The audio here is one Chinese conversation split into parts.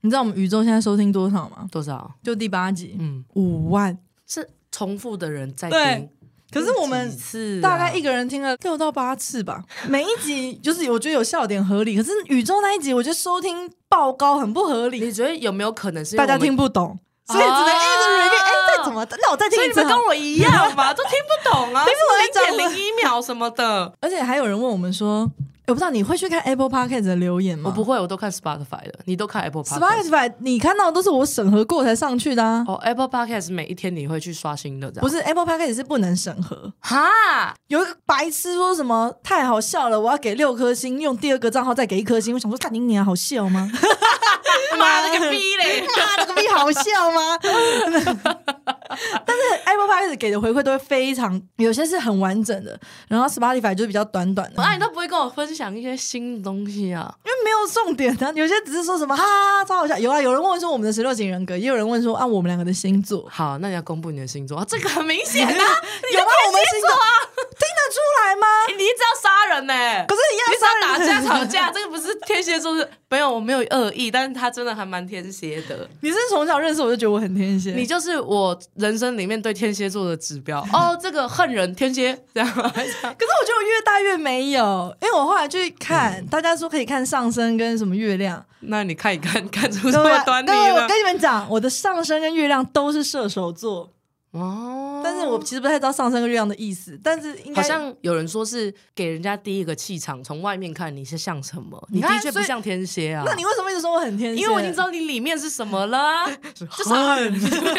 你知道我们宇宙现在收听多少吗？ 多少？ 就第8集，5万， 是重复的人在对听。 可是我们大概一个人听了6到8次吧，每一集就是我觉得有笑点合理，可是宇宙那一集我觉得收听爆高，很不合理。 你觉得有没有可能是大家听不懂，所以只能一直 repeat， 再怎么？那我再听一次。 所以你们跟我一样嘛，都听不懂啊， 听不懂 0.01秒什么的。 而且还有人问我们说，我不知道你会去看 Apple Podcast 的留言吗？ 我不会，我都看 Spotify 的。你都看 Apple Podcast？Spotify 你看到的都是我审核过才上去的啊。 Apple Podcast 每一天你会去刷新的，这样不是 Apple Podcast 是不能审核哈。 有一个白痴说什么太好笑了，我要给6颗星，用第2个账号再给1颗星。我想说，干你娘，好笑吗？ 妈了个逼嘞！ 那个逼好笑吗？但是 Apple Podcast 给的回馈都会非常，有些是很完整的，然后 Spotify 就比较短短的。 你都不会跟我分享一些新的东西啊？ 因为没有重点啊，有些只是说什么哈哈哈超好笑。有人问说我们的16型人格，也有人问说我们2个的星座。 好，那你要公布你的星座这个很明显啊， 有吗？我们星座啊，听得出来吗？ 你一直要杀人呢， 可是你要杀人打架吵架，这个不是天蝎座是没有，我没有恶意，但是他真的还蛮天蝎的。 你是从小认识我就觉得我很天蝎， 你就是我人生里面对天蝎座的指标这个恨人天蝎这样。可是我觉得我越大越没有，因为我后来去看，大家说可以看上升跟什么月亮， 那你看一看，看出什么端倪了？ 我跟你们讲，我的上升跟月亮都是射手座。但是我其实不太知道上升跟月亮的意思，但是应该好像有人说是给人家第一个气场，从外面看你是像什么，你的确不像天蝎啊。 那你为什么一直说我很天蝎？ 因为我已经知道你里面是什么了， 就是恨，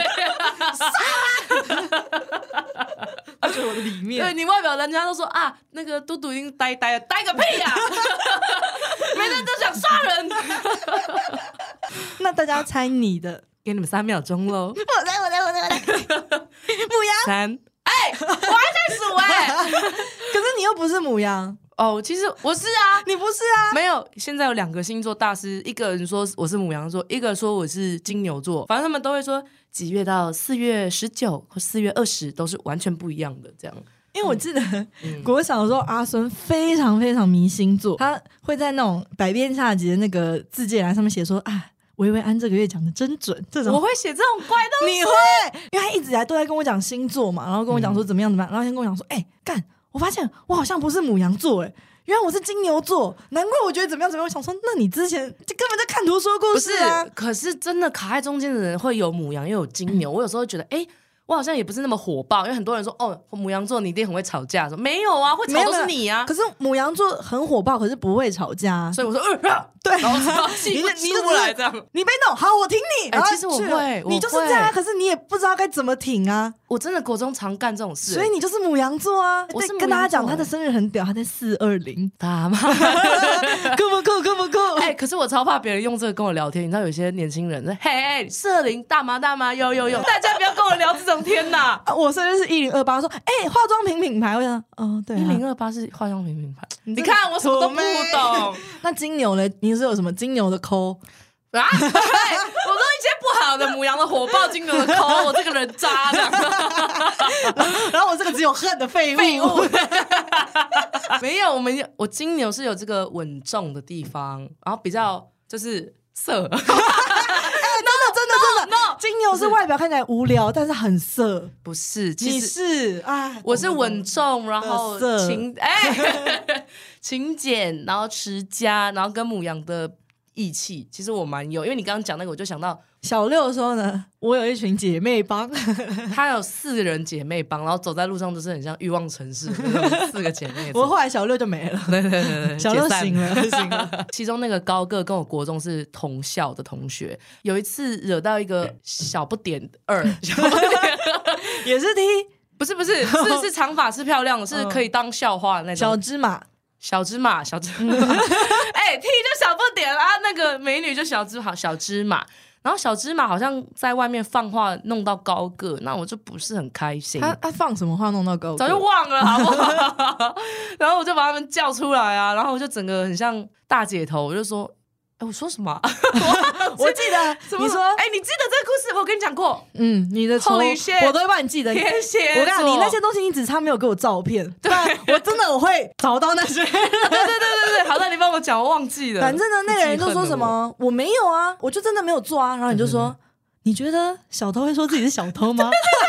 而且我的里面， 对你外表人家都说啊，那个嘟嘟已经呆呆了，呆个屁呀！每人都想杀人。 那大家猜你的， 给你们3秒钟喽。 我来，母羊 3，我还在数可是你又不是母羊其实我是啊， 你不是啊？ 没有，现在有2个星座大师，一个人说我是母羊座，一个说我是金牛座，反正他们都会说几月到4月19或4月20都是完全不一样的这样。 因为我记得国小的时候，阿孙非常非常迷星座，他会在那种百变下集的那个字界栏上面写说薇薇安这个月讲的真准，这种我会写这种怪东西。 你会？因为他一直以来都在跟我讲星座嘛，然后跟我讲说怎么样，然后先跟我讲说干，我发现我好像不是牡羊座原来我是金牛座，难怪我觉得怎么样。我想说，那你之前就根本在看图说故事啊。 不是，可是真的卡在中间的人会有牡羊又有金牛，我有时候会觉得我好像也不是那么火爆，因为很多人说牡羊座你一定很会吵架，说没有啊，会吵都是你啊。 可是牡羊座很火爆，可是不会吵架， 所以我说对， 然后气不出来这样。 你被弄好，我挺你。 其实我会， 你就是这样，可是你也不知道该怎么挺啊。 我真的国中常干这种事， 所以你就是牡羊座啊。 我是跟大家讲，他的生日很屌，他在420。 他妈酷不酷？酷不酷？ 可是我超怕别人用这个跟我聊天。你知道有些年轻人嘿420大妈有，大家不要跟我聊这种天哪。 我生日是1028，说化妆品品牌，我想对 ，1028是化妆品品牌。你看我什么都不懂。 那金牛呢？你是有什么金牛的抠啊？我都一些不好的牡羊的火爆，金牛的抠，我这个人渣的。 然后我这个只有恨的废物。 没有，我金牛是有这个稳重的地方，然后比较就是色。 真的，金牛是外表看起来无聊，但是很色。 不是， 你是我是稳重，然后勤俭，然后持家，然后跟牡羊的义气，其实我蛮有。因为你刚刚讲那个，我就想到小6的时候呢，我有一群姐妹帮， 她有4人姐妹帮，然后走在路上都是很像欲望城市4个姐妹。 我后来小6就没了， 对， 小6醒了。 其中那个高个跟我国中是同校的同学，有一次惹到一个小不点2， 也是 T， 不是长发是漂亮的，是可以当笑话的那种小芝麻。 T 就小不点啊，那个美女就小芝麻。然后小芝麻好像在外面放话弄到高个，那我就不是很开心。 他放什么话弄到高个？ 早就忘了好不好？然后我就把他们叫出来啊，然后我就整个很像大姐头，我就说我说什么我记得你说， 哎，你记得这个故事？我跟你讲过。 你的仇我都会帮你记得。 天蝎座， 我跟你讲，你那些东西你只差没有给我照片，对，我真的我会找到那些。 对，好的，你帮我讲，我忘记了。 反正呢，那个人就说什么我没有啊，我就真的没有做啊，然后你就说你觉得小偷会说自己是小偷吗？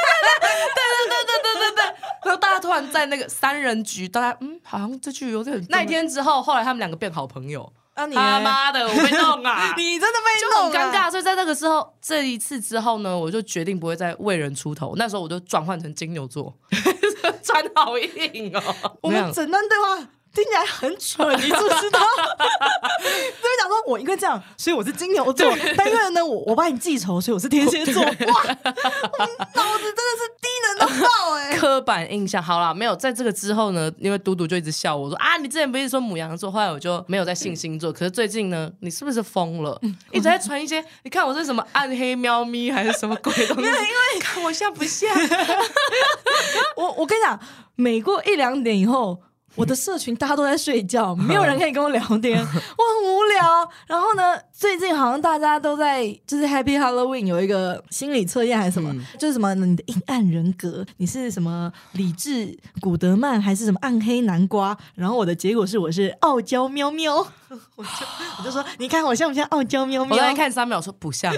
对，然后大家突然在那个三人局，大家好像这句有点。那一天之后，后来他们两个变好朋友。他妈的，我被弄啊！ 你真的被弄， 就很尴尬。所以在那个时候，这一次之后呢，我就决定不会再为人出头。那时候我就转换成金牛座，穿好硬哦。 我们整段对话听起来很蠢，你知不知道？所以讲说我因为这样，所以我是金牛座，但因为呢我帮你记仇，所以我是天蝎座。哇，脑子真的是低能到爆哎！ 刻板印象好啦，没有在这个之后呢，因为嘟嘟就一直笑我说啊，你之前不是说牡羊座，后来我就没有再信星座。可是最近呢，你是不是疯了？一直在传一些，你看我是什么暗黑喵咪还是什么鬼东西？因为看我像不像？ 我跟你讲，每过1-2点以后。我的社群大家都在睡觉，没有人可以跟我聊天，我很无聊。然后呢，最近好像大家都在就是 Happy Halloween 有一个心理测验还是什么，就是什么你的阴暗人格，你是什么理智古德曼还是什么暗黑南瓜？然后我的结果是我是傲娇喵喵，我就说你看我像不像傲娇喵喵？ 我在看3秒说不像。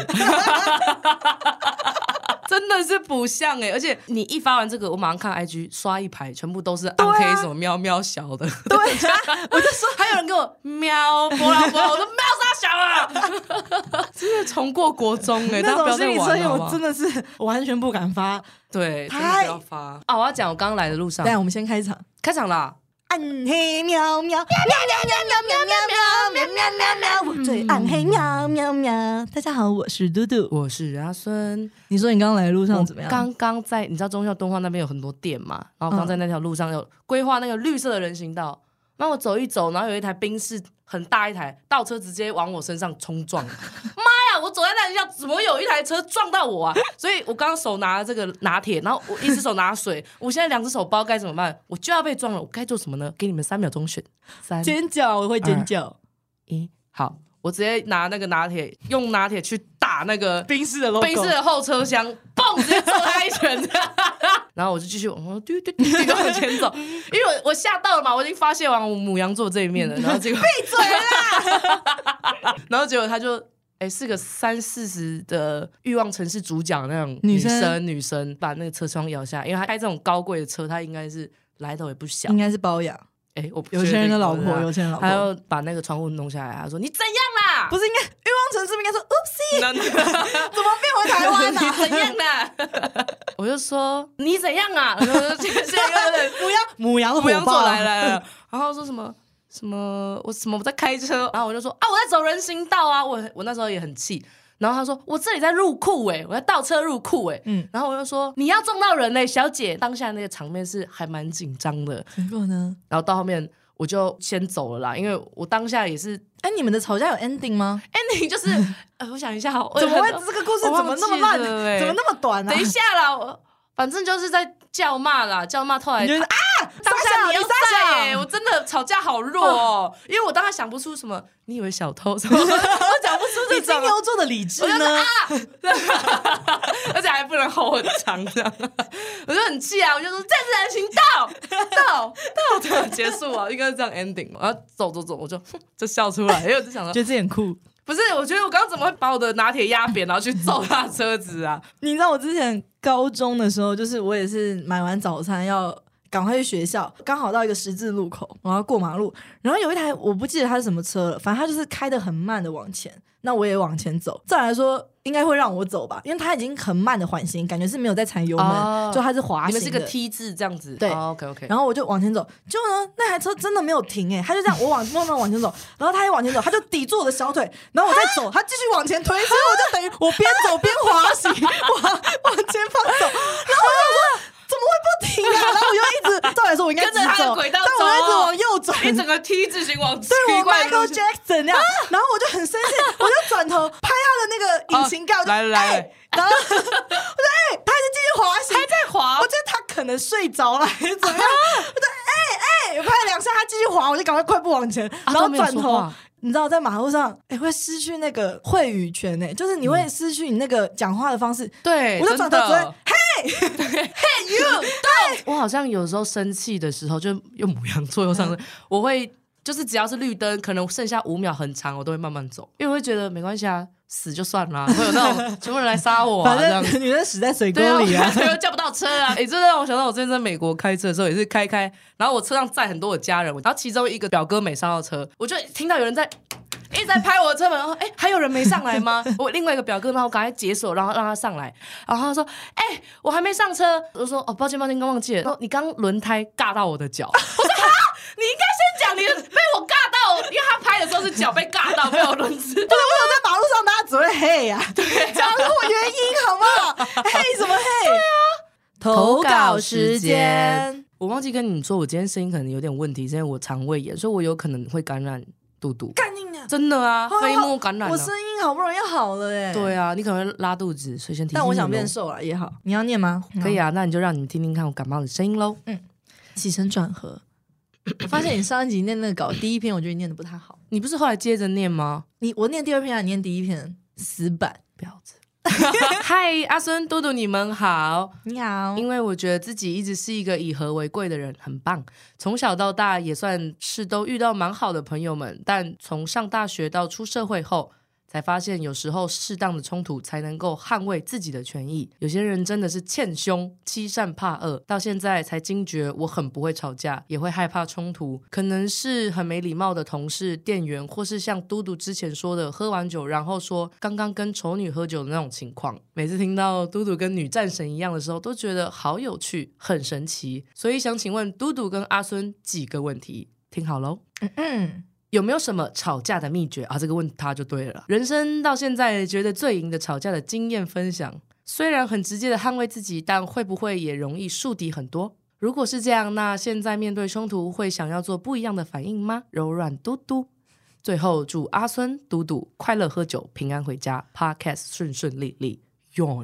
真的是不像而且你一发完这个，我马上看 IG 刷一排，全部都是暗黑什么喵喵小的。 对啊，我就说还有人给我喵波拉波，我说喵啥小啊！真的重过国中那种心理测验我真的是完全不敢发。 对，真的不要发啊！我要讲我刚来的路上， 对，我们先开场啦。 暗黑喵喵喵喵喵喵喵喵喵喵喵，我最暗黑喵喵喵。大家好，我是嘟嘟， 我是阿孙。 你说你刚来的路上怎么样？ 刚刚在你知道忠孝敦化那边有很多店嘛，然后刚在那条路上有规划那个绿色的人行道，那我走一走，然后有一台宾士很大一台倒车直接往我身上冲撞。妈呀！我走在那里下，怎么有一台车撞到我啊？所以我刚刚手拿这个拿铁，然后我一只手拿水，我现在2只手不知道该怎么办，我就要被撞了，我该做什么呢？给你们3秒钟选，3 尖叫，我会尖叫。 1，好，我直接拿那个拿铁，用拿铁去打那个宾士的 logo， 宾士的后车厢，嘣，直接揍他一拳。然后我就继续往前走，因为我吓到了嘛，我已经发泄完我牡羊座这一面了，然后结果闭嘴啦！ 然后结果他就是个30-40的欲望城市主角那种女生把那个车窗摇下，因为他开这种高贵的车，他应该是来头也不小， 应该是包养。 我有钱人的老婆，有钱人老婆， 他要把那个窗户弄下来，他说你怎样啦？ 不是应该欲望城市应该说 oopsie， 怎么变回台湾啦？ 你怎样啦？我就说你怎样啊？现在有点母羊座来了，然后说什么我在开车，然后我就说啊我在走人行道啊，我那时候也很气。然后他说我这里在入库我在倒车入库然后我就说你要撞到人小姐。当下那个场面是还蛮紧张的。 结果呢？ 然后到后面我就先走了啦，因为我当下也是。 你们的吵架有 ending 吗 ？ending 就是我想一下， 怎么会这个故事怎么那么烂？怎么那么短呢？ 等一下啦，反正就是在叫骂啦，叫骂后来你就是当下你要在我真的吵架好弱哦，因为我当时想不出什么，你以为小偷什么，我讲不出这种。 你金牛座的理智呢？ 而且还不能吼很长这样，我就很气啊，我就说这是人行道，这样结束啊，应该是这样 ending 嘛。然后走，我就笑出来，因为我就想说， 觉得自己很酷。 不是，我觉得我刚刚怎么会把我的拿铁压扁，然后去揍他的车子啊？ 你知道我之前高中的时候，就是我也是买完早餐要赶快去学校，刚好到一个十字路口，我要过马路，然后有一台我不记得它是什么车了，反正它就是开得很慢的往前，那我也往前走，照来说应该会让我走吧，因为它已经很慢的缓行，感觉是没有在踩油门，就它是滑行的， 你们是个 T 字这样子， 对 ，OK， 然后我就往前走，结果呢那台车真的没有停它就这样我慢慢往前走，然后它也往前走，它就抵住我的小腿，然后我再走，它继续往前推，所以我就等于我边走边滑行，往前方走，然后我就说怎么会不停啊？然后我就一直，照来说我应该直走， 跟着他的轨道走， 但我一直往右转， 一整个 T 字形往奇对，我怪的路 Michael Jackson 那样，然后我就很生气，我就转头拍他的那个引擎盖， 来， 然后我说他还在继续滑行， 还在滑， 我觉得他可能睡着了还是怎么样，我说我拍了2下他继续滑，我就赶快快步往前，然后转头你知道在马路上会失去那个会语权就是你会失去你那个讲话的方式。 对， 我就转头直接嘿 you， 对，我好像有时候生气的时候，就用母羊座又上升，我会就是只要是绿灯，可能剩下5秒很长，我都会慢慢走，因为我会觉得没关系啊，死就算了，会有那种全部人来杀我啊， 反正女人死在水沟里啊， 对啊，叫不到车啊。这让我想到我之前在美国开车的时候，也是开，然后我车上载很多我家人，然后其中一个表哥没上到车，我就听到有人一直在拍我的车门，然后还有人没上来吗？我另外一个表哥，然后我赶快解锁，然后让他上来，然后他说我还没上车，我就说抱歉，刚忘记了，说你刚轮胎尬到我的脚，我说哈，你应该先讲你被我尬到，因为他拍的时候是脚被尬到，没有轮子。 对，我有在马路上大家只会嘿啊，对，讲出原因好不好？嘿什么嘿？对啊，投稿时间， 我忘记跟你说，我今天声音可能有点问题，是因为我肠胃炎，所以我有可能会感染肚肚。 干你娘！ 真的啊，飞沫感染。 我声音好不容易好了对啊，你可能会拉肚子，所以先提醒你。 但我想变瘦了也好，你要念吗？ 可以啊，那你就让你们听听看我感冒的声音咯。 起承转合。我发现你上一集念那个稿第一篇，我觉得你念的不太好。 你不是后来接着念吗？ 我念第二篇，你念第一篇，死板婊子。嗨，阿孙、嘟嘟，你们好。 你好。 因为我觉得自己一直是一个以和为贵的人，很棒。从小到大也算是都遇到蛮好的朋友们，但从上大学到出社会后，才发现有时候适当的冲突才能够捍卫自己的权益。有些人真的是欠凶，欺善怕恶，到现在才惊觉我很不会吵架，也会害怕冲突，可能是很没礼貌的同事、店员，或是像嘟嘟之前说的喝完酒然后说刚刚跟丑女喝酒的那种情况。每次听到嘟嘟跟女战神一样的时候，都觉得好有趣，很神奇。所以想请问嘟嘟跟阿孙几个问题，听好咯。有没有什么吵架的秘诀啊？这个问他就对了。人生到现在觉得最赢的吵架的经验分享，虽然很直接的捍卫自己，但会不会也容易树敌很多？如果是这样，那现在面对冲突会想要做不一样的反应吗？柔软嘟嘟。最后祝阿孙、嘟嘟快乐喝酒，平安回家 ，Podcast 顺顺利利。Yawn。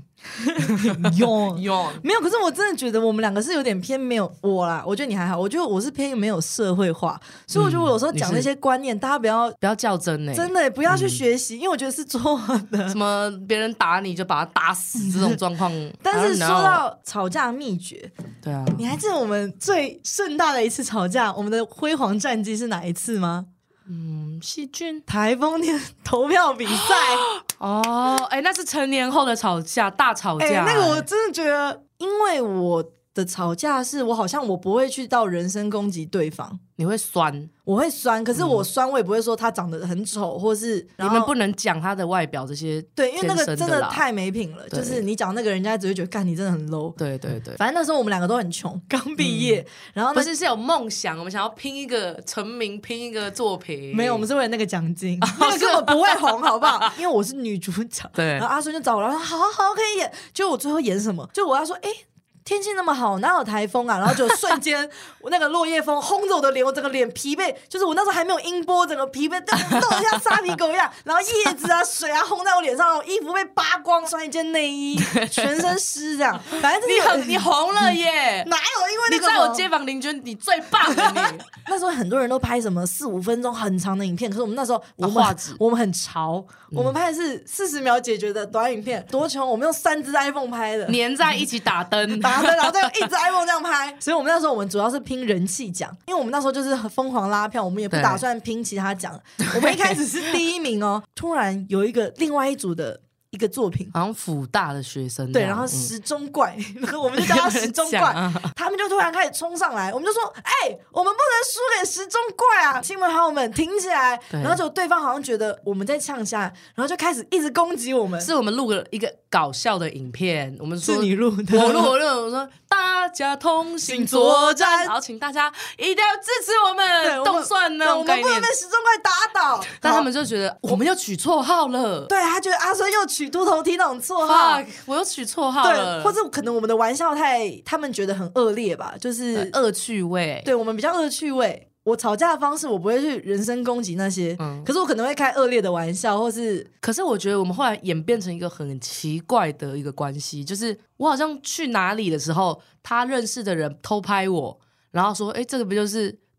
没有，可是我真的觉得我们两个是有点偏没有我啦，我觉得你还好，我觉得我是偏没有社会化，所以我觉得我有时候讲那些观念，大家不要较真真的不要去学习，因为我觉得是错的。 什么别人打你就把他打死这种状况。 但是说到吵架秘诀， 对啊， 你还记得我们最盛大的一次吵架，我们的辉煌战绩是哪一次吗？ 细菌台风天投票比赛那是成年后的吵架，大吵架。 那个我真的觉得，因为我的吵架是我好像我不会去到人身攻击对方， 你会酸， 我会酸，可是我酸我也不会说他长得很丑，或是你们不能讲他的外表这些， 对，因为那个真的太没品了，就是你讲那个人家只会觉得干你真的很 low。 对， 反正那时候我们两个都很穷，刚毕业，然后不是有梦想，我们想要拼一个成名，拼一个作品。 没有，我们是为了那个奖金，那个根本不会红好不好？因为我是女主角。 对， 然后阿孙就找我，然后说好可以演，就我最后演什么，就我要说天气那么好，哪有台风啊？然后就瞬间我那个落叶风轰着我的脸，我整个脸疲惫，就是我那时候还没有音波，整个疲惫弄得像沙皮狗一样，然后叶子啊水啊轰在我脸上，衣服被扒光，穿一件内衣，全身湿这样。反正你红了耶！ 哪有？因为那个你在我街坊邻居，你最棒了你。 那时候很多人都拍什么4-5分钟很长的影片，可是我们那时候我们很潮，我们拍的是40秒解决的短影片，多穷！我们用3只 iPhone 拍的， 粘在一起打灯。 然后再用1只 iPhone 这样拍，所以我们那时候我们主要是拼人气奖，因为我们那时候就是很疯狂拉票，我们也不打算拼其他奖。我们一开始是第1名突然有另外一组的一个作品， 好像辅大的学生， 对，然后时钟怪，我们就叫他时钟怪，他们就突然开始冲上来，我们就说我们不能输给时钟怪啊，亲们好友们挺起来。然后就对方好像觉得我们在呛下，然后就开始一直攻击我们。 是我们录了一个搞笑的影片，我们说是你录的， 我录，我说大家同心作战，然后请大家一定要支持我们，动算那种概念， 我们不能被时钟怪打倒。 但他们就觉得我们又取绰号了， 对，他觉得阿孙又取秃头踢那种绰号， 我又取绰号了， 对，或者可能我们的玩笑他们觉得很恶劣吧，就是恶趣味， 对，我们比较恶趣味。我吵架的方式我不会去人身攻击那些，可是我可能会开恶劣的玩笑，或是可是我觉得我们后来演变成一个很奇怪的一个关系，就是我好像去哪里的时候，他认识的人偷拍我，然后说这个不就是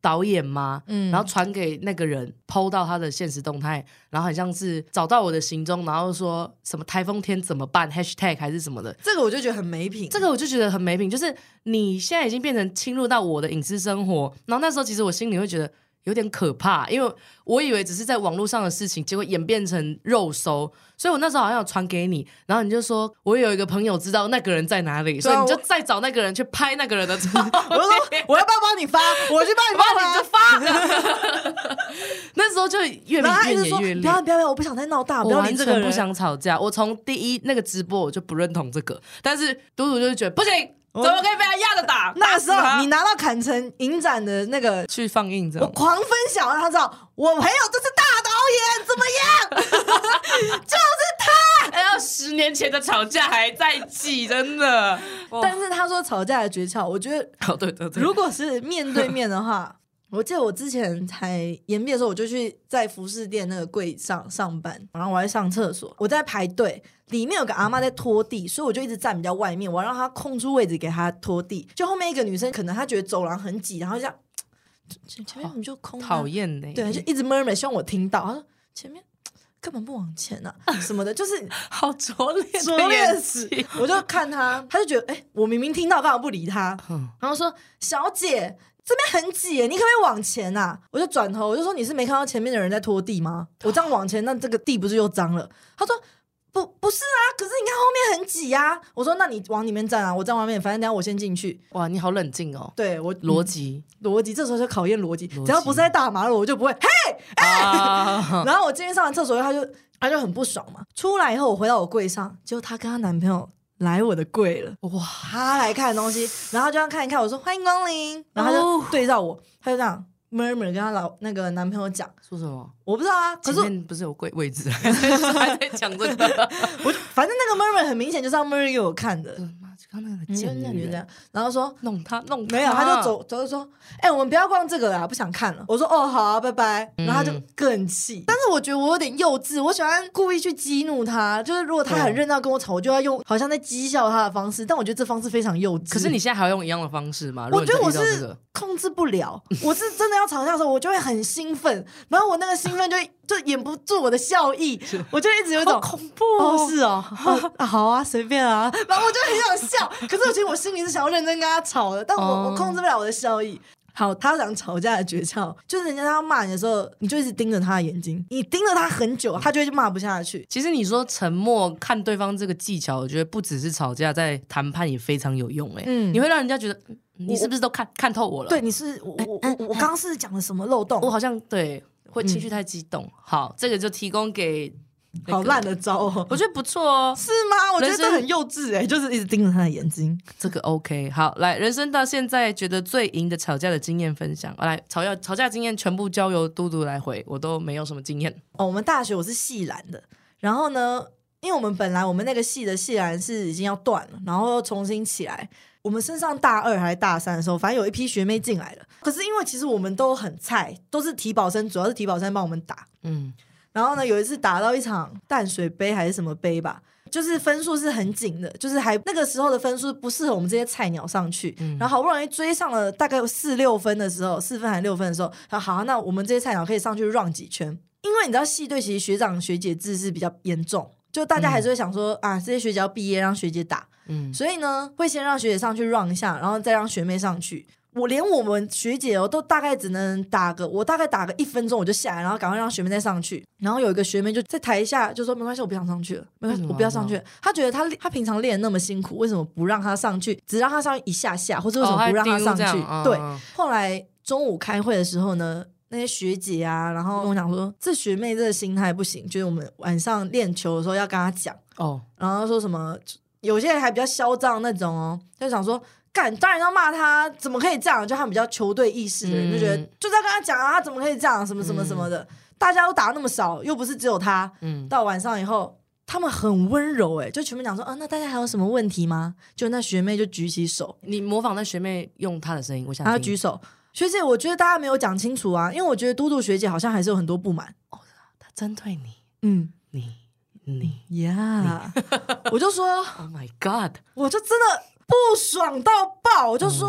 导演吗？然后传给那个人 PO 到他的现实动态，然后很像是找到我的行踪，然后说什么台风天怎么办 hashtag 还是什么的， 这个我就觉得很没品， 这个我就觉得很没品，就是你现在已经变成侵入到我的隐私生活，然后那时候其实我心里会觉得有点可怕，因为我以为只是在网络上的事情，结果演变成肉搜，所以我那时候好像有传给你，然后你就说我有一个朋友知道那个人在哪里，所以你就再找那个人去拍那个人的照片。 我就说我要不要帮你发，我去帮你发， 你就发。那时候就越演越烈， 不要，我不想再闹大， 我完全不想吵架。我从第一那个直播我就不认同这个，但是嘟嘟就是觉得不行。怎么可以被他压着打？ 那时候你拿到坎城影展的那个去放映， 我狂分享让他知道，我朋友这是大导演，怎么样？就是他。 还要10年前的吵架还在记，真的。 但是他说吵架的诀窍，我觉得对， 如果是面对面的话。我记得我之前才延毕的时候，我就去在服饰店那个柜上班，然后我在上厕所，我在排队，里面有个阿嬷在拖地，所以我就一直站比较外面，我要让她空出位置给她拖地。就后面一个女生可能她觉得走廊很挤，然后这样前面你就空， 讨厌呢， 对，就一直 murmur 希望我听到，她说前面根本不往前啊什么的，就是好拙劣死。 我就看她就觉得我明明听到，干嘛不理她？然后说小姐。这边很挤耶，你可不可以往前啊？我就转头，我就说你是没看到前面的人在拖地吗？我这样往前，那这个地不是又脏了？他说不是啊，可是你看后面很挤啊。我说那你往里面站啊，我站外面，反正等一下我先进去。 哇，你好冷静哦。 对我逻辑， 这时候就考验逻辑，只要不是在大马路，我就不会嘿然后我进去上完厕所，他就很不爽嘛。出来以后，我回到我柜上，结果她跟她男朋友。来我的柜了，哇！他来看东西，然后就这样看一看，我说欢迎光临，然后他就对照我，他就这样 murmur 跟他那个男朋友讲， 说什么？ 我不知道啊，可是前面不是有位置，还在讲这个， 反正那个 murmur 很明显就是要 murmur 给我看的。 刚那个贱女人， 然后说弄他， 没有，他就走就说，我们不要逛这个啦，不想看了。我说哦好啊，拜拜。然后他就更气，但是我觉得我有点幼稚，我喜欢故意去激怒他，就是如果他很认真跟我吵，我就要用好像在讥笑他的方式，但我觉得这方式非常幼稚。 可是你现在还要用一样的方式吗？ 我觉得我是控制不了，我是真的要吵架的时候，我就会很兴奋，然后我那个兴奋就掩不住我的笑意，我就一直有一种恐怖是哦好啊随便啊，然后我就很想笑，可是其实我心里是想要认真跟他吵的，但我控制不了我的笑意。好，他讲吵架的诀窍就是人家要骂你的时候，你就一直盯着他的眼睛，你盯着他很久，他就会骂不下去。 其实你说沉默看对方这个技巧，我觉得不只是吵架，在谈判也非常有用你会让人家觉得你是不是都看透我了？ 对，你是我刚刚是讲了什么漏洞？ 我好像对会情绪太激动。好，这个就提供给。 好烂的招哦， 我觉得不错哦。 是吗？我觉得这很幼稚就是一直盯着他的眼睛。 这个 OK。 好，来，人生到现在觉得最赢的吵架的经验分享。来，吵架经验全部交由嘟嘟来回，我都没有什么经验。 我们大学我是系篮的，然后呢，因为我们本来我们那个系的系篮是已经要断了，然后又重新起来。我们升上大2还是大3的时候，反正有一批学妹进来了，可是因为其实我们都很菜，都是体保生，主要是体保生帮我们打。然后呢，有一次打到一场淡水杯还是什么杯吧，就是分数是很紧的，就是还那个时候的分数不适合我们这些菜鸟上去，然后好不容易追上了大概4-6分的时候，4分还是6分的时候，好，那我们这些菜鸟可以上去 run 几圈，因为你知道系队其实学长学姐制是比较严重，就大家还是会想说这些学姐要毕业让学姐打，所以呢会先让学姐上去 run 一下，然后再让学妹上去。我连我们学姐都大概只能我大概打个1分钟我就下来，然后赶快让学妹再上去。然后有一个学妹就在台下就说没关系，我不想上去了，没关系，我不要上去了。她觉得她平常练得那么辛苦，为什么不让她上去，只让她上去一下下，或者为什么不让她上去？对。后来中午开会的时候呢，那些学姐啊，然后跟我讲说，这学妹这个心态不行，就是我们晚上练球的时候要跟她讲然后说什么，有些人还比较嚣张那种就想说。当然要骂他，怎么可以这样？就他们比较球队意识的人就觉得，就是要跟他讲他怎么可以这样，什么什么什么的。大家都打那么少，又不是只有他。到晚上以后，他们很温柔就全部讲说，那大家还有什么问题吗？就那学妹就举起手， 你模仿那学妹用她的声音，我想听。 她举手，学姐，我觉得大家没有讲清楚啊，因为我觉得嘟嘟学姐好像还是有很多不满。 她针对你， 你呀，我就说 ，Oh my God， 我就真的。不爽到爆，我就说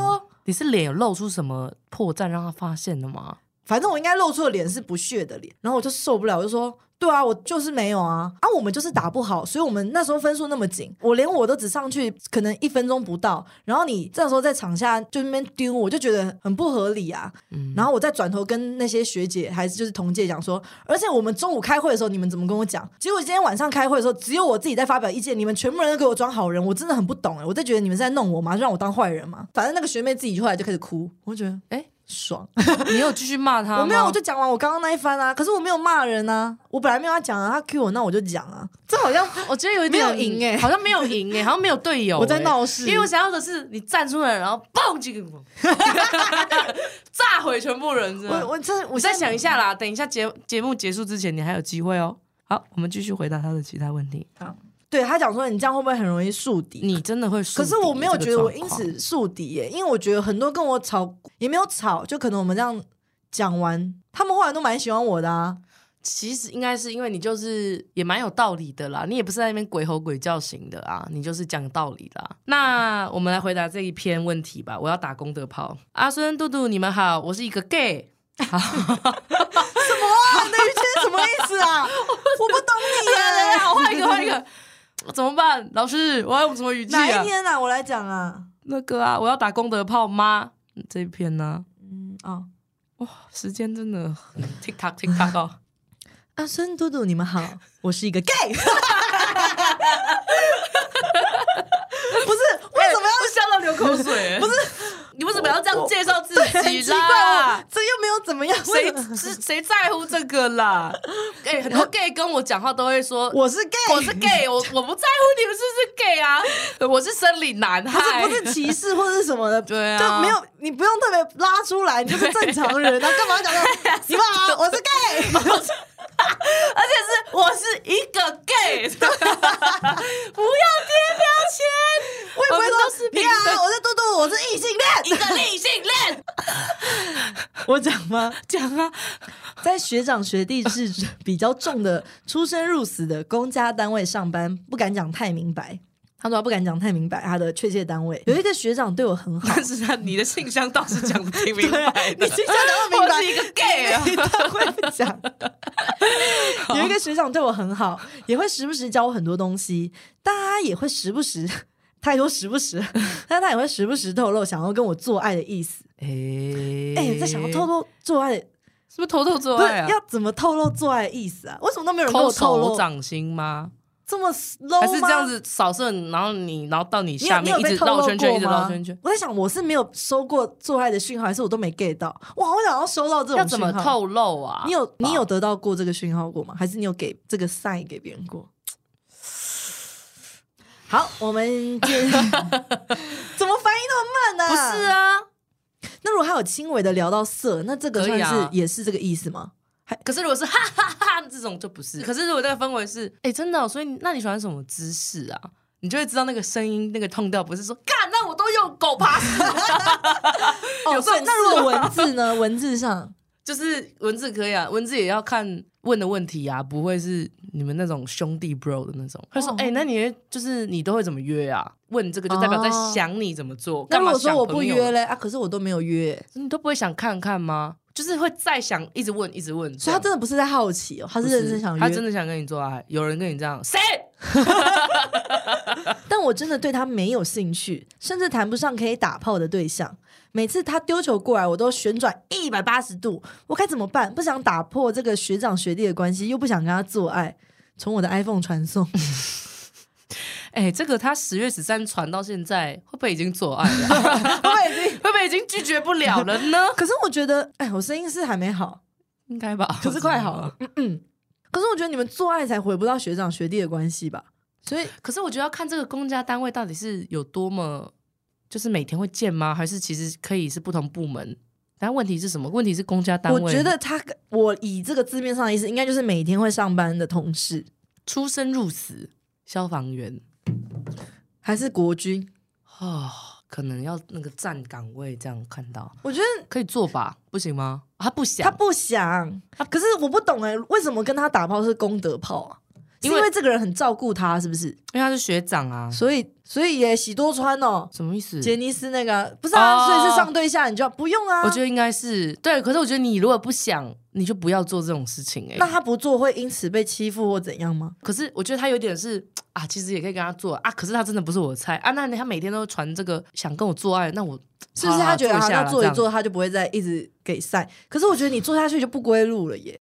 你是脸有露出什么破绽让他发现的吗？ 反正我应该露出的脸是不屑的脸，然后我就受不了，我就说对啊，我就是没有啊，我们就是打不好，所以我们那时候分数那么紧，我连我都只上去可能1分钟不到，然后你这时候在场下就那边丢，我就觉得很不合理啊。然后我再转头跟那些学姐还是就是同届讲说，而且我们中午开会的时候你们怎么跟我讲？结果今天晚上开会的时候只有我自己在发表意见，你们全部人都给我装好人，我真的很不懂我在觉得你们是在弄我吗？就让我当坏人吗？反正那个学妹自己后来就开始哭，我就觉得爽。 你有继续骂他吗？ 我没有，我就讲完我刚刚那一番啊。可是我没有骂人啊，我本来没有要讲啊，他 cue 我，那我就讲啊。这好像我觉得有一点没有赢好像没有赢好像没有队友我在闹事。 因为我想要的是你站出来，然后嘣几个炸毁全部人。我再想一下啦，等一下节目结束之前，你还有机会哦。好，我们继续回答他的其他问题。 好。对他讲说你这样会不会很容易树敌？ 你真的会树敌？ 可是我没有觉得我因此树敌因为我觉得很多跟我吵也没有吵，就可能我们这样讲完，他们后来都蛮喜欢我的啊。 其实应该是因为你就是也蛮有道理的啦，你也不是在那边鬼吼鬼叫型的啊，你就是讲道理啦。那我们来回答这一篇问题吧。我要打功德炮。阿孙杜杜你们好，我是一个 gay。什么啊？你的语气是什么意思啊？我不懂你我换一个怎么办？老师，我要用什么语气啊？ 哪一天啊？我来讲啊。 那个啊，我要打功德炮吗？这一篇呢？哇，时间真的很 TikTok 哦。 阿孙嘟嘟，你们好，我是一个 gay。不是，为什么要笑到流口水？ 不是， 你为什么要这样介绍自己啦？ 很奇怪，这又没有怎么样， 谁在乎这个啦？很多 gay 跟我讲话都会说我是 gay， 我是 gay， 我不在乎你们是不是 gay 啊，我是生理男孩， 不是歧视或者是什么的， 对啊， 就没有，你不用特别拉出来，你就是正常人啊，干嘛讲说你们好，我是 gay。 而且是我是一个 gay， 不要贴标签。 我也不会说你好，我是嘟嘟，我是异性恋， 一个异性恋。 我讲吗？ 讲啊， 在学长学弟制比较重的出生入死的公家单位上班，不敢讲太明白。他说他不敢讲太明白他的确切单位。有一个学长对我很好， 但是你的信箱倒是讲的挺明白的。 你信箱讲的明白， 我是一个 gay 啊， 你都会讲。有一个学长对我很好，也会时不时教我很多东西，但他也会时不时，太多时不时，但他也会时不时透露想要跟我做爱的意思。在想要透露做爱的， 是不是偷偷做爱啊？ 要怎么透露做爱的意思啊？为什么都没有人跟我透露？ 抠手掌心吗？ 这么 low 吗？ 还是这样子扫射，然后到你下面一直绕圈圈，一直绕圈圈。 我在想，我是没有收过做爱的讯号，还是我都没 get 到？我好想要收到这种讯号。 要怎么透露啊？ 你有得到过这个讯号过吗？还是你有给这个 sign 给别人过？好，我们怎么反应那么慢呢？ 不是啊， 那如果他有轻微的聊到色，那这个算是也是这个意思吗？ 可是如果是哈哈哈这种就不是。可是如果那个氛围是真的所以那你喜欢什么姿势啊？你就会知道那个声音那个痛调不是说干那我都用狗爬式。有这种那如果文字呢？文字上就是文字可以啊，文字也要看问的问题啊，不会是你们那种兄弟 bro 的那种。他说那你就是你都会怎么约啊？问这个就代表在想你怎么做。 那如果说我不约嘞可是我都没有约， 你都不会想看看吗？就是会再想一直问，所以他真的不是在好奇他是认真想约， 他真的想跟你做爱。有人跟你这样谁？ 但我真的对他没有兴趣，甚至谈不上可以打炮的对象。每次他丢球过来我都旋转180度，我该怎么办？不想打破这个学长学弟的关系，又不想跟他做爱，从我的 iPhone 传送。 这个他10月13传到现在，会不会已经做爱了？会不会已经拒绝不了了呢？ 可是我觉得，我声音是还没好， 应该吧？ 可是快好了。可是我觉得你们做爱才回不到学长学弟的关系吧？所以， 可是我觉得要看这个公家单位到底是有多么，就是每天会见吗？还是其实可以是不同部门？但问题是什么？问题是公家单位。 我觉得我以这个字面上的意思，应该就是每天会上班的同事， 出生入死，消防员。 还是国军可能要那个站岗位这样看到， 我觉得可以做吧？不行吗？他不想， 可是我不懂为什么跟他打炮是功德炮啊？因为这个人很照顾他，是不是？ 因为他是学长啊， 所以所以也喜多川哦， 什么意思？ 杰尼斯那个不是啊，所以是上对下，你就要不用啊。 我觉得应该是对，可是我觉得你如果不想，你就不要做这种事情那他不做会因此被欺负或怎样吗？ 可是我觉得他有点是啊，其实也可以跟他做啊，可是他真的不是我的菜啊。那他每天都传这个想跟我做爱，那我是不是他觉得他做一做， 这样他就不会再一直给赛？可是我觉得你做下去就不归路了耶。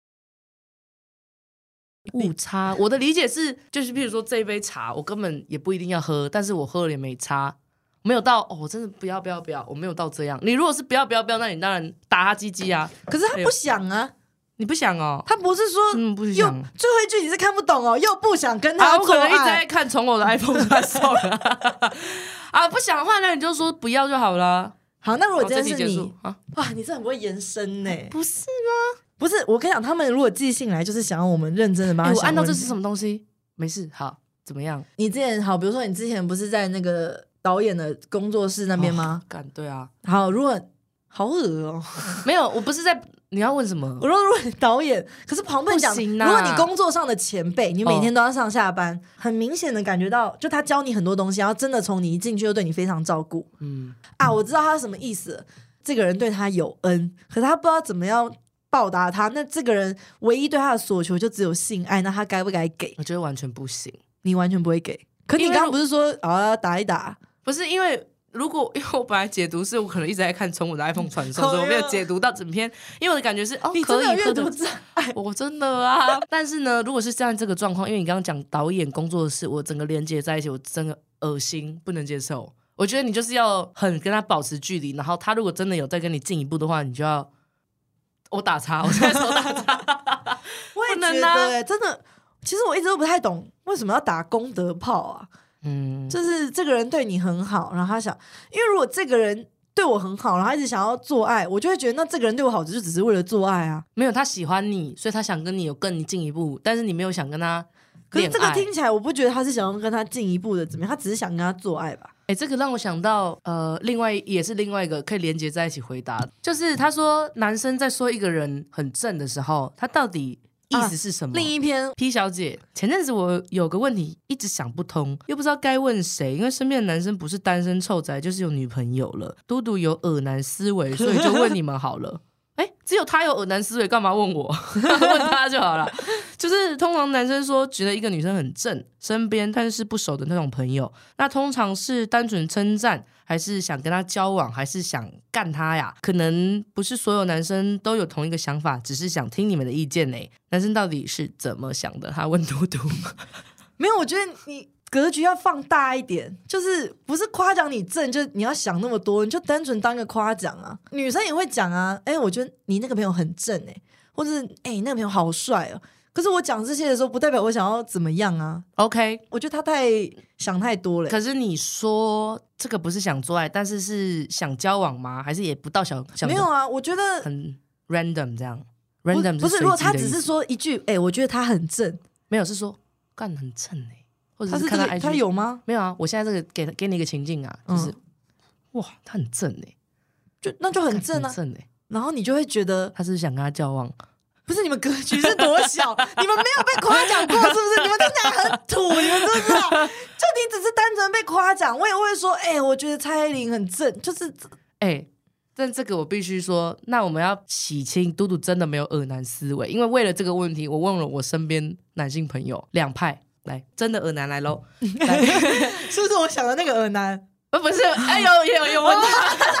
误差，我的理解是，就是比如说这一杯茶，我根本也不一定要喝，但是我喝了也没差，没有到我真的不要，我没有到这样。你如果是不要，那你当然打他鸡鸡啊。 可是他不想啊， 你不想哦？ 他不是说不想。 最后一句你是看不懂哦，又不想跟他我可能一直在看从我的 iPhone 传送啊，不想的话，那你就说不要就好了。 好，那如果今天是你啊， 哇，你这很不会延伸呢？ 不是吗？ 不是，我跟你讲，他们如果寄信来，就是想要我们认真的帮他想。 我按到这是什么东西？没事，好，怎么样？ 你之前好，比如说你之前不是在那个导演的工作室那边吗？ 对啊。 好，如果好恶哦， 没有，我不是在。你要问什么？ 我说如果你导演，可是旁边讲，如果你工作上的前辈，你每天都要上下班，很明显的感觉到，就他教你很多东西，然后真的从你一进去就对你非常照顾。我知道他是什么意思了，这个人对他有恩，可是他不知道怎么样报答他，那这个人唯一对他的所求就只有性爱，那他该不该给？ 我觉得完全不行， 你完全不会给。可你刚刚不是说要打一打？不是因为我本来解读是我可能一直在看从我的 iPhone 传送，所以我没有解读到整篇，因为我的感觉是你真的有阅读障碍， 我真的啊。但是呢，如果是这样这个状况，因为你刚刚讲导演工作室，我整个连接在一起，我真的恶心，不能接受。我觉得你就是要很跟他保持距离，然后他如果真的有再跟你进一步的话，你就要我打叉，我现在手打叉， 我也觉得真的，其实我一直都不太懂为什么要打功德炮啊。就是这个人对你很好，然后他想，因为如果这个人对我很好，然后一直想要做爱，我就会觉得那这个人对我好就只是为了做爱啊。 没有，他喜欢你，所以他想跟你有更进一步，但是你没有想跟他恋爱。可是这个听起来我不觉得他是想要跟他进一步的怎么样，他只是想跟他做爱吧。 这个让我想到另外一个可以连接在一起回答，就是他说男生在说一个人很正的时候，他到底意思是什么？ 另一篇 P 小姐，前阵子我有个问题一直想不通，又不知道该问谁，因为身边的男生不是单身臭宅就是有女朋友了。嘟嘟有恶男思维，所以就问你们好了。只有他有恶男思维，干嘛问我？问他就好了。就是通常男生说觉得一个女生很正，身边但是不熟的那种朋友，那通常是单纯称赞，还是想跟他交往，还是想干他呀？可能不是所有男生都有同一个想法，只是想听你们的意见呢。男生到底是怎么想的？他问嘟嘟。 没有，我觉得你格局要放大一点，就是不是夸奖你正，就你要想那么多，你就单纯当个夸奖啊。女生也会讲啊，我觉得你那个朋友很正或者是你那个朋友好帅哦。可是我讲这些的时候，不代表我想要怎么样啊。 OK， 我觉得他想太多了。 可是你说这个不是想做爱，但是是想交往吗？还是也不到想？ 没有啊，我觉得很 random 这样。random 不是，如果他只是说一句，我觉得他很正， 没有是说干很正或者是看他有吗？ 没有啊，我现在这个给你一个情境啊，就是哇，他很正那就很正啊， 很正然后你就会觉得他是想跟他交往。 不是，你们格局是多小？你们没有被夸奖过是不是？你们听起来很土，你们知不知道？就你只是单纯被夸奖，我也会说，我觉得蔡依林很正，就是但这个我必须说，那我们要洗清嘟嘟真的没有恶男思维，因为为了这个问题，我问了我身边男性朋友两派，来，真的恶男来咯。 是不是我想的那个恶男？ 不是，有问题。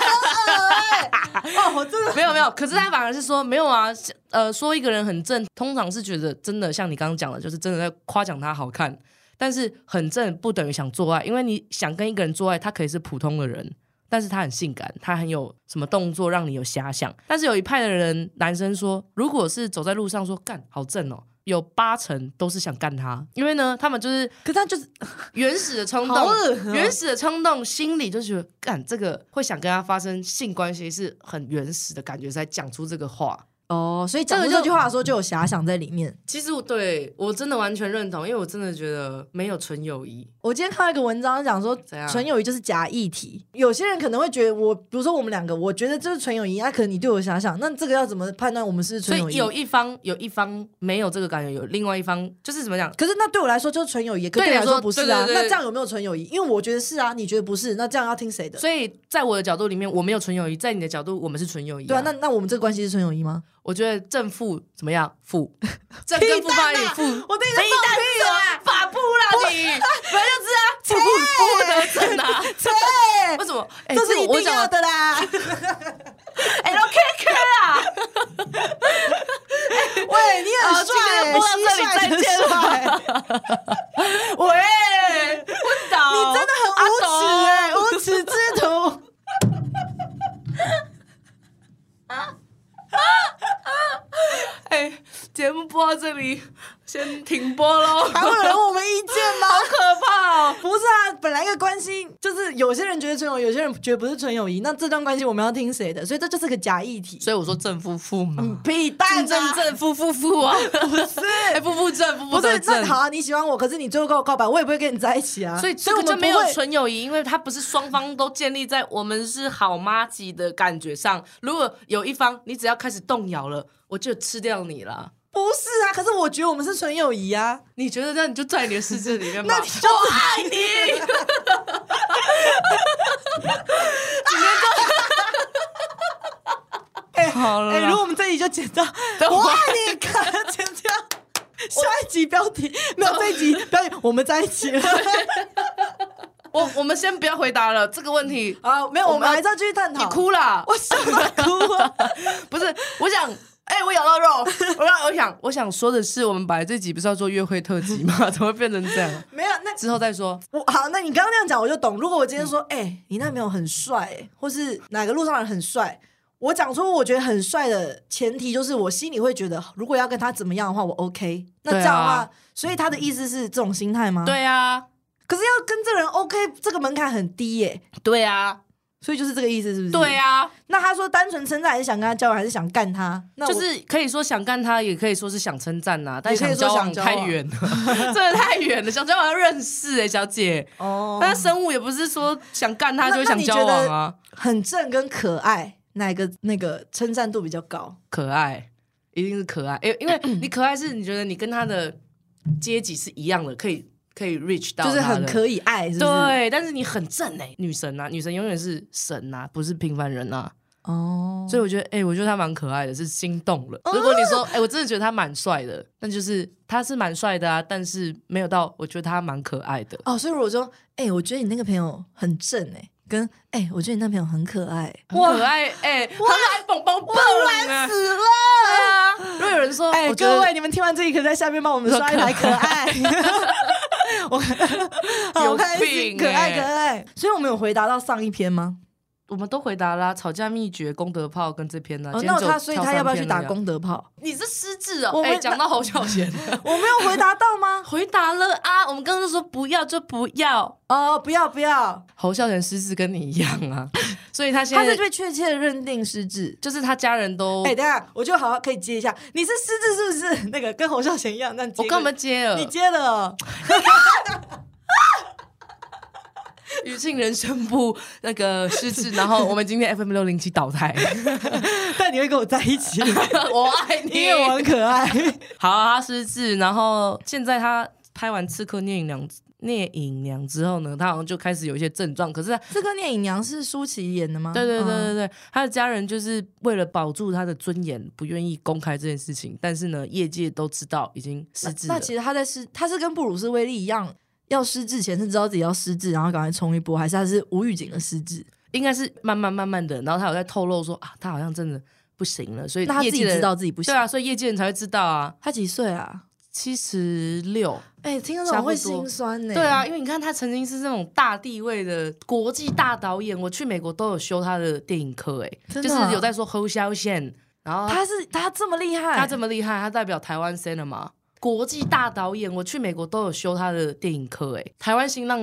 我真的没有，可是他反而是说没有啊，说一个人很正，通常是觉得真的像你刚刚讲的，就是真的在夸奖他好看，但是很正不等于想做爱，因为你想跟一个人做爱，他可以是普通的人，但是他很性感，他很有什么动作让你有遐想。但是有一派的人，男生说，如果是走在路上说干好正哦，有80%都是想干他，因为呢，他们就是， 可他就是原始的冲动，原始的冲动，心里就觉得干这个会想跟他发生性关系是很原始的感觉，才讲出这个话。 哦，所以讲出这句话的时候就有遐想在里面。 其实我真的完全认同，因为我真的觉得没有纯友谊。 我今天看到一个文章讲说，纯友谊就是假议题。有些人可能会觉得比如说我们两个，我觉得这是纯友谊，那可能你对我遐想，那这个要怎么判断我们是纯友谊？ 所以有一方没有这个感觉，有另外一方就是怎么讲？ 可是那对我来说就是纯友谊，可对你来说不是啊。 对那这样有没有纯友谊？因为我觉得是啊，你觉得不是，那这样要听谁的？ 所以在我的角度里面，我没有纯友谊；在你的角度，我们是纯友谊。 对啊，那我们这个关系是纯友谊吗？ 我觉得正负怎么样？负，正跟负放一起负。 我跟你说， 屁啊，法布啦你，本来就知啊，负得正啊， 对， 为什么？ 这是一定要的啦。 LKK 啊！ 喂，你很帅， 播到这里再见了。喂，昏倒！ 你真的很无耻无耻之徒。 节目播到这里，先停播咯。 还会有人问我们意见吗？ 好可怕哦！ 不是啊，本来一个关系就是有些人觉得纯友谊，有些人觉得不是纯友谊，那这段关系我们要听谁的？所以这就是个假议题。 所以我说正负负嘛， 屁蛋正负负啊， 不是负正不是那好啊，你喜欢我，可是你最后跟我告白，我也不会跟你在一起啊。 所以这个就没有纯友谊，因为它不是双方都建立在我们是好麻吉的感觉上。如果有一方你只要开始动摇了，我就吃掉你了。 不是啊，可是我觉得我们是纯友谊啊。 你觉得那你就在你的世界里面吧。 那你就我爱你。今天就好了。 如果我们这一集就剪到我爱你，看剪掉。下一集标题没有，这一集标题我们在一起了。 我们先不要回答了这个问题啊，没有，我们还是要继续探讨。 你哭了？ 我什么哭啊？ 不是，我想。我咬到肉。我想说的是，我们本来这集不是要做约会特辑吗？怎么会变成这样？ 没有，那之后再说。 好，那你刚刚那样讲我就懂。如果我今天说，你男朋友很帅，或是哪个路上人很帅，我讲出我觉得很帅的前提就是我心里会觉得，如果要跟他怎么样的话，我 OK。那这样的话，所以他的意思是这种心态吗？ 对啊。 可是要跟这个人 OK， 这个门槛很低耶。 对啊。 所以就是这个意思，是不是？ 对啊。 那他说单纯称赞，还是想跟他交往，还是想干他？那就是可以说想干他，也可以说是想称赞呐。但想交往太远了，真的太远了。想交往要认识小姐。哦。但生物也不是说想干他就会想交往啊。 很正跟可爱，哪个那个称赞度比较高？ 可爱，一定是可爱。因为你可爱是你觉得你跟他的阶级是一样的，可以 reach 到， 就是很可以爱，是不是？ 对，但是你很正女神啊，女神永远是神啊，不是平凡人啊。哦，所以我觉得，我觉得他蛮可爱的，是心动了。如果你说，我真的觉得他蛮帅的，那就是他是蛮帅的啊，但是没有到我觉得他蛮可爱的。 哦，所以如果说，我觉得你那个朋友很正跟我觉得你那朋友很可爱， 很可爱，很可爱，蹦蹦蹦， 烂死了。 对啊，如果有人说， 各位你们听完这一刻，在下面帮我们刷一排可爱。我好开心，可爱可爱。所以我们有回答到上一篇吗？ 我们都回答啦，吵架秘诀、功德炮跟这篇呢。 那所以他要不要去打功德炮？ 你是失智哦！讲到侯孝贤， 我没有回答到吗？ 回答了啊！我们刚刚就说不要就不要哦，不要。 侯孝贤失智跟你一样啊，所以他现在是被确切的认定失智， 就是他家人都。 等一下，我就好好可以接一下，你是失智是不是？那个跟侯孝贤一样，那我干嘛接了？ 你接了哦。 余庆仁宣布那个失智，然后我们今天 FM607 倒台， 但你会跟我在一起， 我爱你， 因为我很可爱。 好，他失智，然后现在他拍完《刺客聂隐娘》之后呢，他好像就开始有一些症状。可是《 刺客聂隐娘》是舒淇演的吗？ 对，他的家人就是为了保住他的尊严，不愿意公开这件事情。但是呢，业界都知道已经失智了。 那其实他是跟布鲁斯威利一样。要失智前是知道自己要失智，然后赶快冲一波，还是他是无预警的失智？ 应该是慢慢的，然后他有在透露说他好像真的不行了，所以那他自己知道自己不行。 对啊，所以业界人才会知道啊。 他几岁啊 ？76。 听得懂会心酸呢。 对啊，因为你看他曾经是那种大地位的国际大导演，我去美国都有修他的电影课，就是有在说侯孝贤，然后他这么厉害， 他代表台湾 cinema。国际大导演，我去美国都有修他的电影课，台湾新浪潮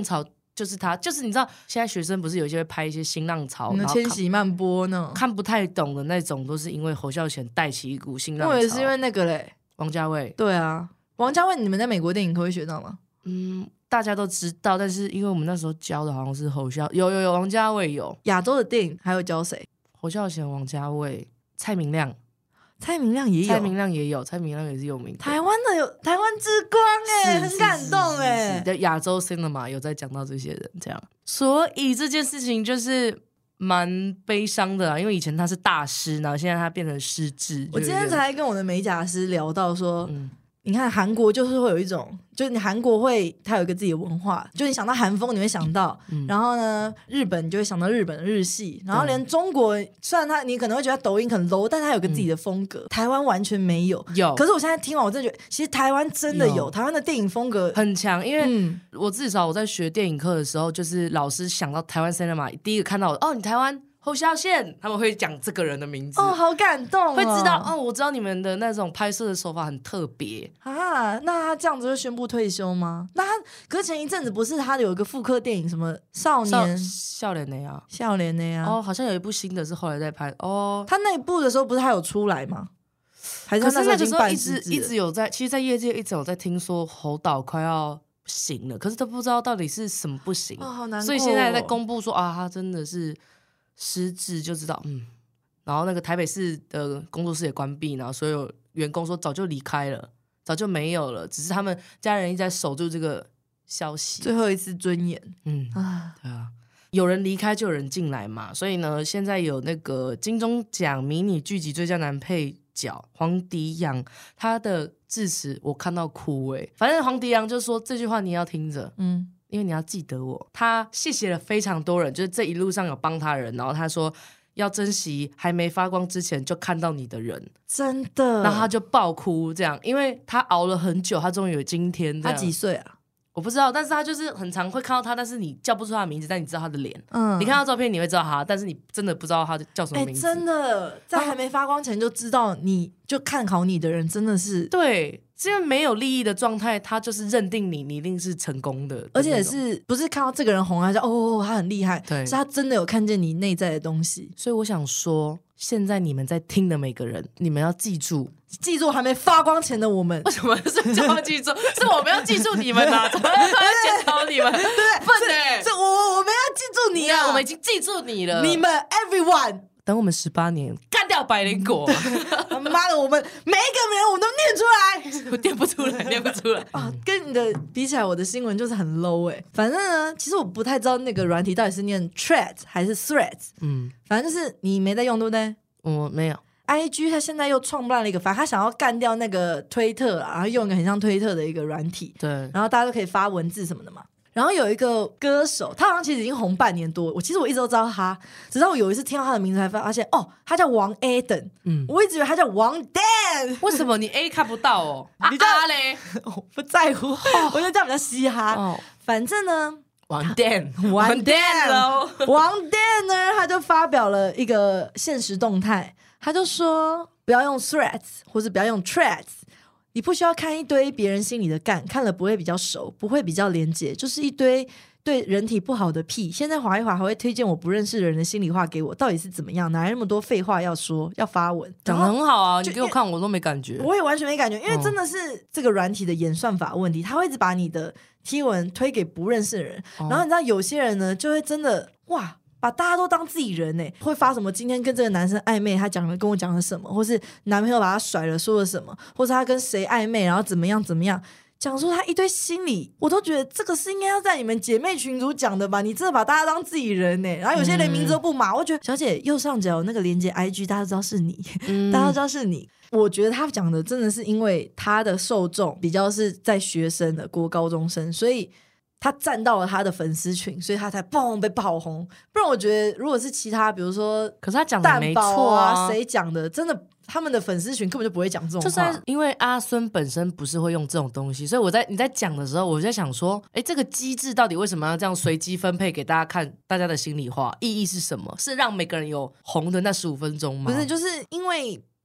就是他，就是你知道现在学生不是有一些会拍一些新浪潮，然后千禧慢播呢， 看不太懂的那种，都是因为侯孝贤带起一股新浪潮。 我也是因为那个嘞， 王家卫。 对啊，王家卫，你们在美国电影科会学到吗？ 大家都知道，但是因为我们那时候教的好像是有王家卫有亚洲的电影，还有教谁？ 侯孝贤、王家卫、蔡明亮。 蔡明亮也有， 蔡明亮也是有名的。 台湾的有台湾之光很感动在亚洲 cinema 有在讲到这些人这样，所以这件事情就是蛮悲伤的因为以前他是大师，然后现在他变成失智。 我今天才跟我的美甲师聊到说，你看韩国就是会有一种，就是你韩国会它有一个自己的文化，就你想到韩风你会想到，然后呢日本你就会想到日本的日系，然后连中国虽然你可能会觉得抖音很 low， 但它有个自己的风格，台湾完全没有。可是我现在听完我真的觉得其实台湾真的有台湾的电影风格很强，因为我至少我在学电影课的时候，就是老师想到台湾 cinema 第一个看到你台湾侯孝贤，他们会讲这个人的名字好感动会知道我知道你们的那种拍摄的手法很特别那他这样子就宣布退休吗？那他可是前一阵子不是他有一个复刻电影什么少年的呀好像有一部新的是后来在拍他那一部的时候不是他有出来吗？还是他那时候已经半失智了？ 一直有在，其实在业界一直有在听说侯导快要不行了，可是都不知道到底是什么不行好难过所以现在在公布说他真的是失智就知道然后那个台北市的工作室也关闭，然后所有员工说早就离开了，早就没有了，只是他们家人一直在守住这个消息， 最后一次尊严。 对啊，有人离开就有人进来嘛，所以呢，现在有那个金钟奖迷你剧集最佳男配角黄迪扬，他的致辞我看到哭反正黄迪扬就说这句话你要听着，因为你要记得我，他谢谢了非常多人，就是这一路上有帮他人，然后他说要珍惜还没发光之前就看到你的人， 真的， 然后他就爆哭这样，因为他熬了很久，他终于有今天这样。 他几岁啊？ 我不知道，但是他就是很常会看到他，但是你叫不出他的名字，但你知道他的脸。你看到照片你会知道他，但是你真的不知道他叫什么名字。 真的，在还没发光前就知道，你就看好你的人真的是对，是因为没有利益的状态，他就是认定你一定是成功的， 而且是不是看到这个人红，他就他很厉害， 对， 是他真的有看见你内在的东西。 所以我想说，现在你们在听的每个人，你们要记住还没发光前的我们。 为什么是叫我记住？是我们要记住你们啊！怎么要检讨你们？对，笨是我们要记住你啊！ 我们已经记住你了， 你们 everyone。 等我们18年干掉百灵果， 妈的，我们每一个人我都念出来， 我念不出来跟你的比起来，我的新闻就是很 low 反正呢，其实我不太知道那个软体到底是念 threads 还是 threads，反正就是你没在用对不对？ 我没有。 IG 他现在又创办了一个，反正他想要干掉那个推特然后用一个很像推特的一个软体， 对， 然后大家都可以发文字什么的嘛。然后有一个歌手，他好像其实已经红半年多，其实我一直都知道他，直到我有一次听到他的名字才发现他叫王 Aden，我一直以为他叫王 Dan， 为什么你 A 看不到你知道嘞？ 我不在乎，我觉得这样比较嘻哈。反正呢， 王 Dan 喽，王 Dan 呢，他就发表了一个限时动态，他就说不要用 Threads 或是不要用 Threads。你不需要看一堆别人心里的干，看了不会比较熟，不会比较连结，就是一堆对人体不好的屁。现在滑一滑还会推荐我不认识的人的心里话给我，到底是怎么样？哪来那么多废话要说要发文？ 讲得很好啊，你给我看我都没感觉， 我也完全没感觉，因为真的是这个软体的演算法问题，它会一直把你的贴文推给不认识的人，然后你知道有些人呢就会真的哇。把大家都当自己人会发什么今天跟这个男生暧昧，他跟我讲了什么，或是男朋友把他甩了说了什么，或是他跟谁暧昧然后怎么样怎么样，讲出他一堆心理，我都觉得这个是应该要在你们姐妹群组讲的吧，你真的把大家当自己人然后有些连名字都不码，我觉得小姐右上角那个连结 IG 大家都知道是你，大家都知道是你。我觉得他讲的真的是因为他的受众比较是在学生的国高中生，所以他站到了他的粉丝群，所以他才砰被爆红。不然我觉得如果是其他比如说可是他讲的没错谁讲的真的他们的粉丝群根本就不会讲这种话， 就是因为阿孙本身不是会用这种东西，所以你在讲的时候我在想说这个机制到底为什么要这样随机分配给大家看大家的心里话，意义是什么？是让每个人有红的那15分钟吗？ 不是，就是因为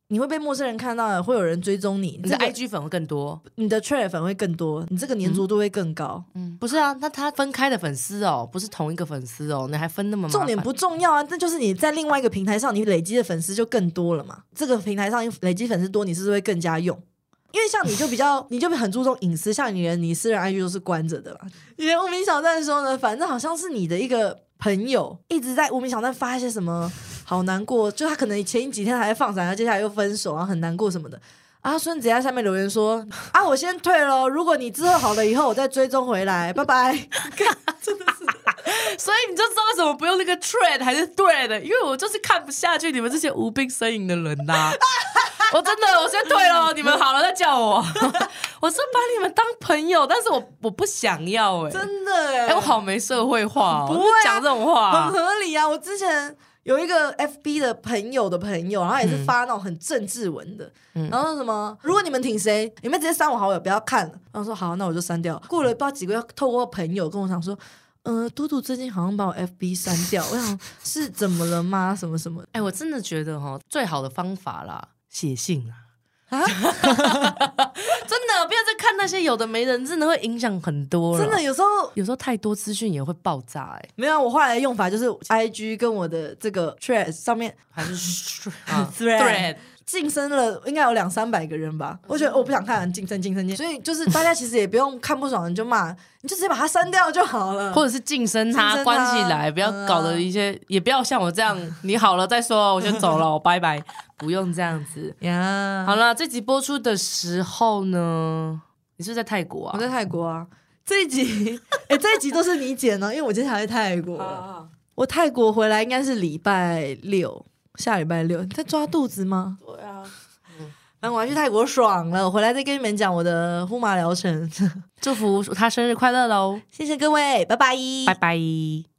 你会被陌生人看到，会有人追踪你， 你的 IG 粉会更多， 你的 Thread 粉会更多，你这个粘着度会更高。 不是啊，那他分开的粉丝哦，不是同一个粉丝哦，你还分那么麻烦。 重点不重要啊，这就是你在另外一个平台上，你累积的粉丝就更多了嘛。这个平台上累积粉丝多，你是不是会更加用？因为像你就比较，你就很注重隐私，像你私人 IG 都是关着的嘛。以前无名小站的时候呢，反正好像是你的一个朋友一直在无名小站发一些什么好难过，就他可能前几天还在放闪，然后接下来又分手，然后很难过什么的。啊，孙子在下面留言说：“啊，我先退了，如果你之后好了以后，我再追踪回来，拜拜。”真的是。 所以你就知道为什么不用那个 thread 还是 thread， 因为我就是看不下去你们这些无病呻吟的人呐、我真的，我先退了，你们好了再叫我。我是把你们当朋友，但是我不想要真的我好没社会化哦， 不会讲这种话， 很合理啊。我之前有一个 FB 的朋友的朋友，然后也是发那种很政治文的，然后什么如果你们挺谁，你们直接删我好友，不要看了。然后说好，那我就删掉。过了不知道几个月，透过朋友跟我讲说。嘟嘟最近好像把我 FB 删掉，我想是怎么了吗？什么什么？ 我真的觉得最好的方法啦，写信啦。真的不要再看那些有的没人，真的会影响很多了。 真的有时候太多资讯也会爆炸没有，我后来的用法就是 IG 跟我的这个 Thread 上面还是 Thread 晋升了应该有200-300个人吧，我觉得我不想看晋升，所以就是大家其实也不用看不爽你就骂，你就直接把它删掉就好了， 或者是晋升它关起来，不要搞得一些，也不要像我这样，你好了再说，我先走了，拜拜，不用这样子呀。好了，这集播出的时候呢，你是不是在泰国啊？ 我在泰国啊，这一集这一集都是你剪哦，因为我接下来在泰国了，我泰国回来应该是礼拜6。下礼拜6，你在抓肚子吗？ 对啊， 反正我还去泰国爽了，我回来再跟你们讲我的呼麻疗程。 祝福他生日快乐喽！ 谢谢各位，拜拜， 拜拜。